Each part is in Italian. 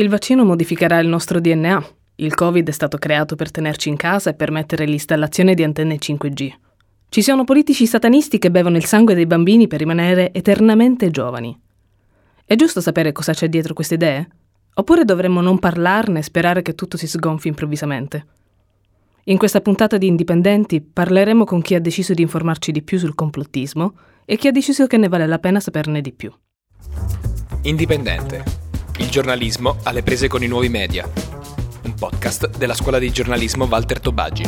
Il vaccino modificherà il nostro DNA. Il Covid è stato creato per tenerci in casa e permettere l'installazione di antenne 5G. Ci sono politici satanisti che bevono il sangue dei bambini per rimanere eternamente giovani. È giusto sapere cosa c'è dietro queste idee? Oppure dovremmo non parlarne e sperare che tutto si sgonfi improvvisamente? In questa puntata di Indipendenti parleremo con chi ha deciso di informarci di più sul complottismo e chi ha deciso che ne vale la pena saperne di più. Indipendente. Il giornalismo alle prese con i nuovi media. Un podcast della Scuola di Giornalismo Walter Tobagi.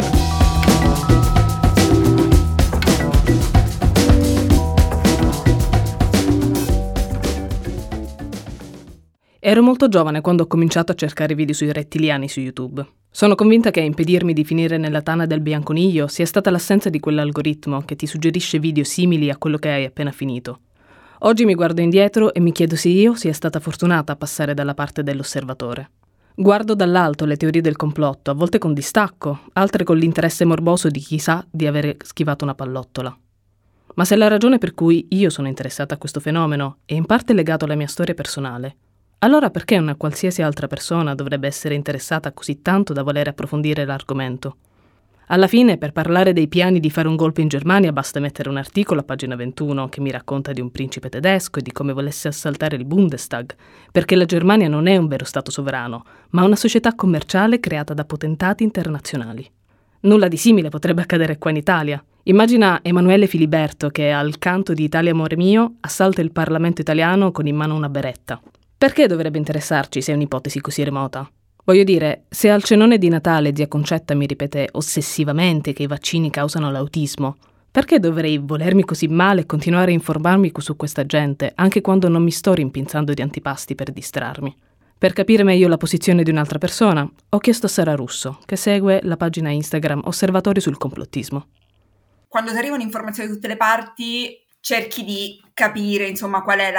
Ero molto giovane quando ho cominciato a cercare video sui rettiliani su YouTube. Sono convinta che a impedirmi di finire nella tana del bianconiglio sia stata l'assenza di quell'algoritmo che ti suggerisce video simili a quello che hai appena finito. Oggi mi guardo indietro e mi chiedo se io sia stata fortunata a passare dalla parte dell'osservatore. Guardo dall'alto le teorie del complotto, a volte con distacco, altre con l'interesse morboso di chi sa di avere schivato una pallottola. Ma se la ragione per cui io sono interessata a questo fenomeno è in parte legato alla mia storia personale, allora perché una qualsiasi altra persona dovrebbe essere interessata così tanto da voler approfondire l'argomento? Alla fine, per parlare dei piani di fare un golpe in Germania basta mettere un articolo a pagina 21 che mi racconta di un principe tedesco e di come volesse assaltare il Bundestag, perché la Germania non è un vero stato sovrano, ma una società commerciale creata da potentati internazionali. Nulla di simile potrebbe accadere qua in Italia. Immagina Emanuele Filiberto che, al canto di Italia amore mio, assalta il Parlamento italiano con in mano una beretta. Perché dovrebbe interessarci se è un'ipotesi così remota? Voglio dire, se al cenone di Natale zia Concetta mi ripete ossessivamente che i vaccini causano l'autismo, perché dovrei volermi così male e continuare a informarmi su questa gente, anche quando non mi sto rimpinzando di antipasti per distrarmi? Per capire meglio la posizione di un'altra persona, ho chiesto a Sara Russo, che segue la pagina Instagram Osservatori sul complottismo. Quando ti arrivano informazioni da tutte le parti, cerchi di capire, insomma, qual è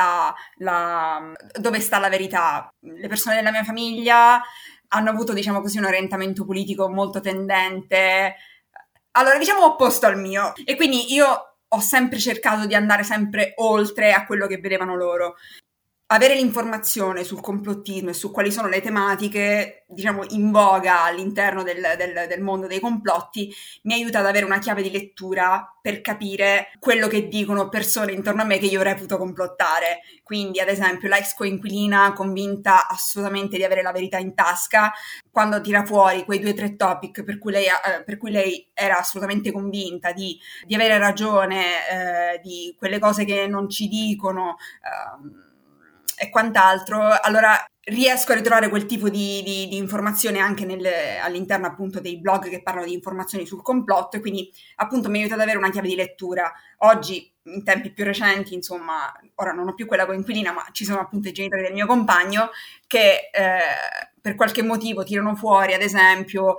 dove sta la verità. Le persone della mia famiglia hanno avuto, diciamo così, un orientamento politico molto tendente, allora diciamo opposto al mio, e quindi io ho sempre cercato di andare sempre oltre a quello che vedevano loro. Avere l'informazione sul complottismo e su quali sono le tematiche, diciamo, in voga all'interno del mondo dei complotti mi aiuta ad avere una chiave di lettura per capire quello che dicono persone intorno a me che io reputo complottare. Quindi, ad esempio, l'ex coinquilina convinta assolutamente di avere la verità in tasca, quando tira fuori quei 2 o 3 topic per cui lei era assolutamente convinta di avere ragione, di quelle cose che non ci dicono, e quant'altro, allora riesco a ritrovare quel tipo di informazione anche all'interno appunto dei blog che parlano di informazioni sul complotto, e quindi appunto mi aiuta ad avere una chiave di lettura. Oggi, in tempi più recenti, insomma, ora non ho più quella coinquilina, ma ci sono appunto i genitori del mio compagno che per qualche motivo tirano fuori, ad esempio,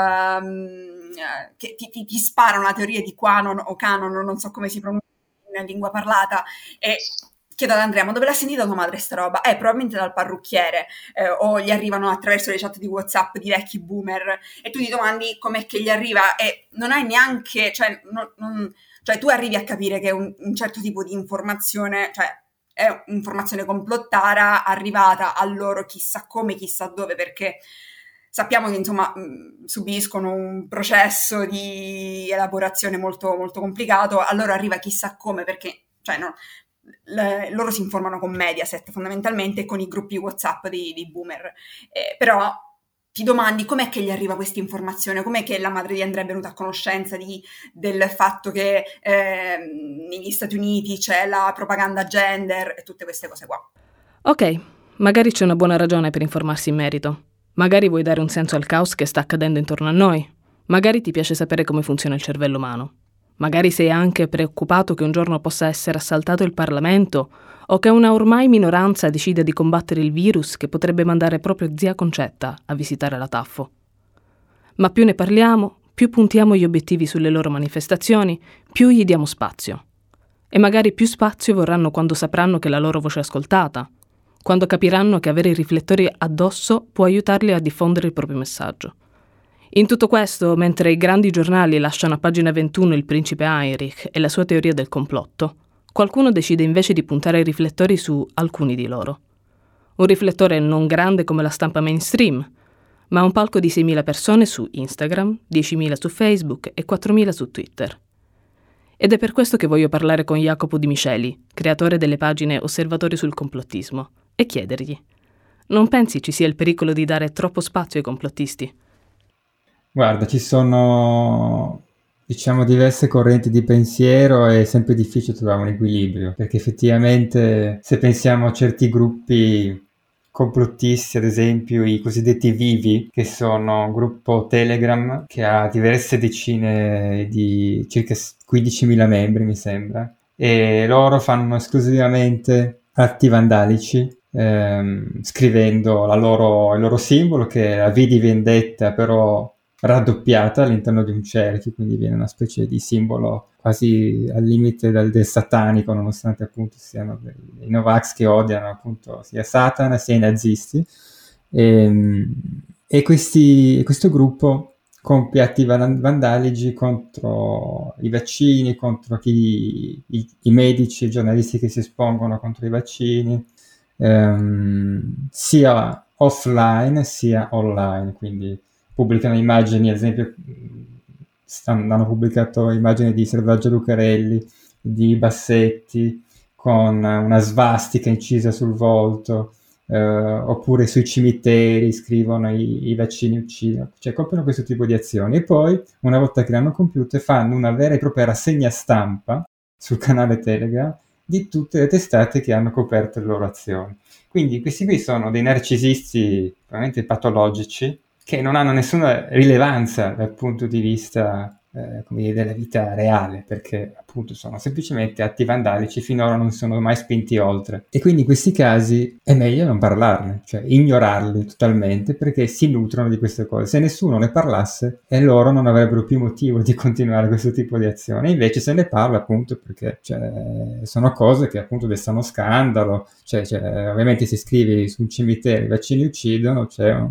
che ti sparano la teoria di Quanon o Canon, non so come si pronuncia in lingua parlata, e chiedo ad Andrea: ma dove l'ha sentita tua madre sta roba? Probabilmente dal parrucchiere, o gli arrivano attraverso le chat di WhatsApp di vecchi boomer, e tu ti domandi com'è che gli arriva, e non hai neanche, cioè tu arrivi a capire che un certo tipo di informazione, cioè è informazione complottara arrivata a loro chissà come, chissà dove, perché sappiamo che insomma subiscono un processo di elaborazione molto, molto complicato, a loro arriva chissà come, perché cioè no, loro si informano con Mediaset fondamentalmente e con i gruppi WhatsApp dei boomer, però ti domandi com'è che gli arriva questa informazione, com'è che la madre di Andrea è venuta a conoscenza del fatto che negli Stati Uniti c'è la propaganda gender e tutte queste cose qua. Ok, magari c'è una buona ragione per informarsi in merito. Magari vuoi dare un senso al caos che sta accadendo intorno a noi. Magari ti piace sapere come funziona il cervello umano. Magari sei anche preoccupato che un giorno possa essere assaltato il Parlamento o che una ormai minoranza decida di combattere il virus che potrebbe mandare proprio zia Concetta a visitare la Taffo. Ma più ne parliamo, più puntiamo gli obiettivi sulle loro manifestazioni, più gli diamo spazio. E magari più spazio vorranno quando sapranno che la loro voce è ascoltata, quando capiranno che avere i riflettori addosso può aiutarli a diffondere il proprio messaggio. In tutto questo, mentre i grandi giornali lasciano a pagina 21 il principe Heinrich e la sua teoria del complotto, qualcuno decide invece di puntare i riflettori su alcuni di loro. Un riflettore non grande come la stampa mainstream, ma un palco di 6.000 persone su Instagram, 10.000 su Facebook e 4.000 su Twitter. Ed è per questo che voglio parlare con Jacopo Di Micheli, creatore delle pagine Osservatori sul complottismo, e chiedergli: non pensi ci sia il pericolo di dare troppo spazio ai complottisti? Guarda, ci sono, diciamo, diverse correnti di pensiero e è sempre difficile trovare un equilibrio, perché effettivamente se pensiamo a certi gruppi complottisti, ad esempio i cosiddetti Vivi, che sono un gruppo Telegram che ha diverse decine di circa 15.000 membri, mi sembra, e loro fanno esclusivamente atti vandalici, scrivendo il loro simbolo, che è la V di vendetta, però raddoppiata all'interno di un cerchio, quindi viene una specie di simbolo quasi al limite del satanico, nonostante appunto siano i Novax che odiano appunto sia Satana sia i nazisti, e questo gruppo compie atti vandalici contro i vaccini, contro i medici e i giornalisti che si espongono contro i vaccini, sia offline sia online, quindi pubblicano immagini, ad esempio hanno pubblicato immagini di Selvaggia Lucarelli, di Bassetti, con una svastica incisa sul volto, oppure sui cimiteri scrivono i vaccini uccidono, cioè compiono questo tipo di azioni e poi, una volta che le hanno compiute, fanno una vera e propria rassegna stampa sul canale Telegram di tutte le testate che hanno coperto le loro azioni. Quindi questi qui sono dei narcisisti veramente patologici, che non hanno nessuna rilevanza dal punto di vista come dire, della vita reale, perché appunto sono semplicemente atti vandalici, finora non sono mai spinti oltre. E quindi in questi casi è meglio non parlarne, cioè ignorarli totalmente, perché si nutrono di queste cose. Se nessuno ne parlasse, loro non avrebbero più motivo di continuare questo tipo di azione. Invece se ne parla appunto perché sono cose che appunto destano scandalo, ovviamente se scrivi su un cimitero i vaccini uccidono,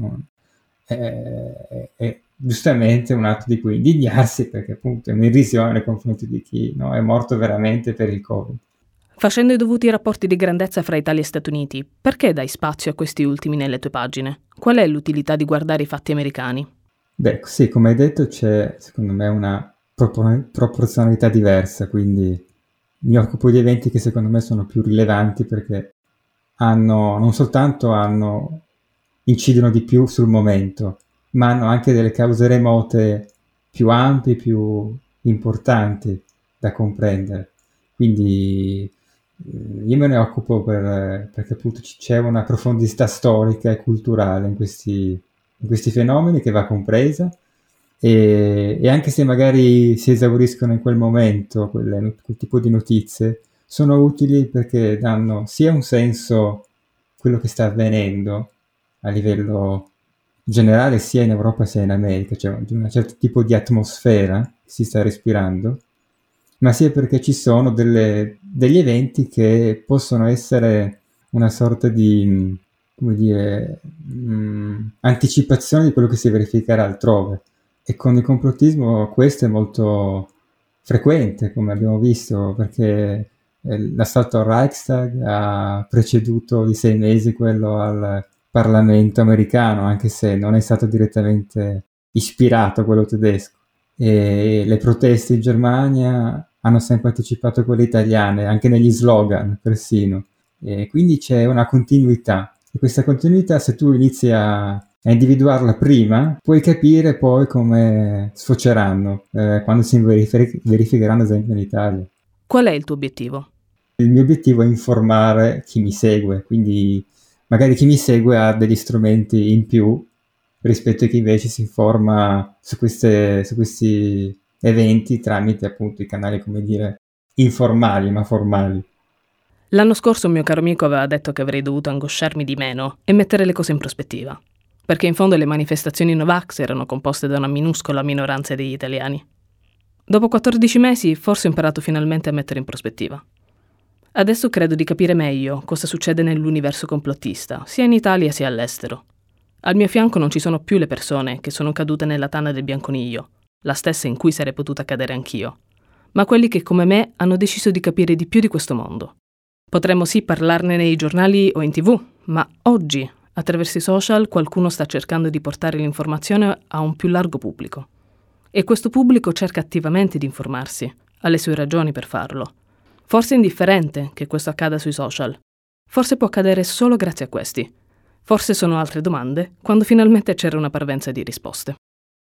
è giustamente un atto di cui indignarsi, perché appunto è un'irrisione nei confronti di chi è morto veramente per il Covid. Facendo i dovuti rapporti di grandezza fra Italia e Stati Uniti, perché dai spazio a questi ultimi nelle tue pagine? Qual è l'utilità di guardare i fatti americani? Beh, sì, come hai detto c'è secondo me una proporzionalità diversa, quindi mi occupo di eventi che secondo me sono più rilevanti perché non soltanto incidono di più sul momento, ma hanno anche delle cause remote più ampie, più importanti da comprendere. Quindi io me ne occupo perché appunto c'è una profondità storica e culturale in questi fenomeni che va compresa, e anche se magari si esauriscono in quel momento quel tipo di notizie, sono utili perché danno sia un senso a quello che sta avvenendo a livello generale sia in Europa sia in America, cioè di un certo tipo di atmosfera che si sta respirando, ma sia perché ci sono degli eventi che possono essere una sorta di, come dire, anticipazione di quello che si verificherà altrove. E con il complottismo questo è molto frequente, come abbiamo visto, perché l'assalto al Reichstag ha preceduto di 6 mesi quello al Parlamento americano, anche se non è stato direttamente ispirato a quello tedesco. E le proteste in Germania hanno sempre anticipato quelle italiane, anche negli slogan persino. E quindi c'è una continuità. E questa continuità, se tu inizi a individuarla prima, puoi capire poi come sfoceranno quando si verificheranno, ad esempio, in Italia. Qual è il tuo obiettivo? Il mio obiettivo è informare chi mi segue, quindi magari chi mi segue ha degli strumenti in più rispetto a chi invece si informa su questi eventi tramite appunto i canali, come dire, informali ma formali. L'anno scorso un mio caro amico aveva detto che avrei dovuto angosciarmi di meno e mettere le cose in prospettiva, perché in fondo le manifestazioni Novax erano composte da una minuscola minoranza degli italiani. Dopo 14 mesi forse ho imparato finalmente a mettere in prospettiva. Adesso credo di capire meglio cosa succede nell'universo complottista, sia in Italia sia all'estero. Al mio fianco non ci sono più le persone che sono cadute nella tana del bianconiglio, la stessa in cui sarei potuta cadere anch'io, ma quelli che come me hanno deciso di capire di più di questo mondo. Potremmo sì parlarne nei giornali o in TV, ma oggi, attraverso i social, qualcuno sta cercando di portare l'informazione a un più largo pubblico. E questo pubblico cerca attivamente di informarsi, ha le sue ragioni per farlo. Forse è indifferente che questo accada sui social. Forse può accadere solo grazie a questi. Forse sono altre domande, quando finalmente c'era una parvenza di risposte.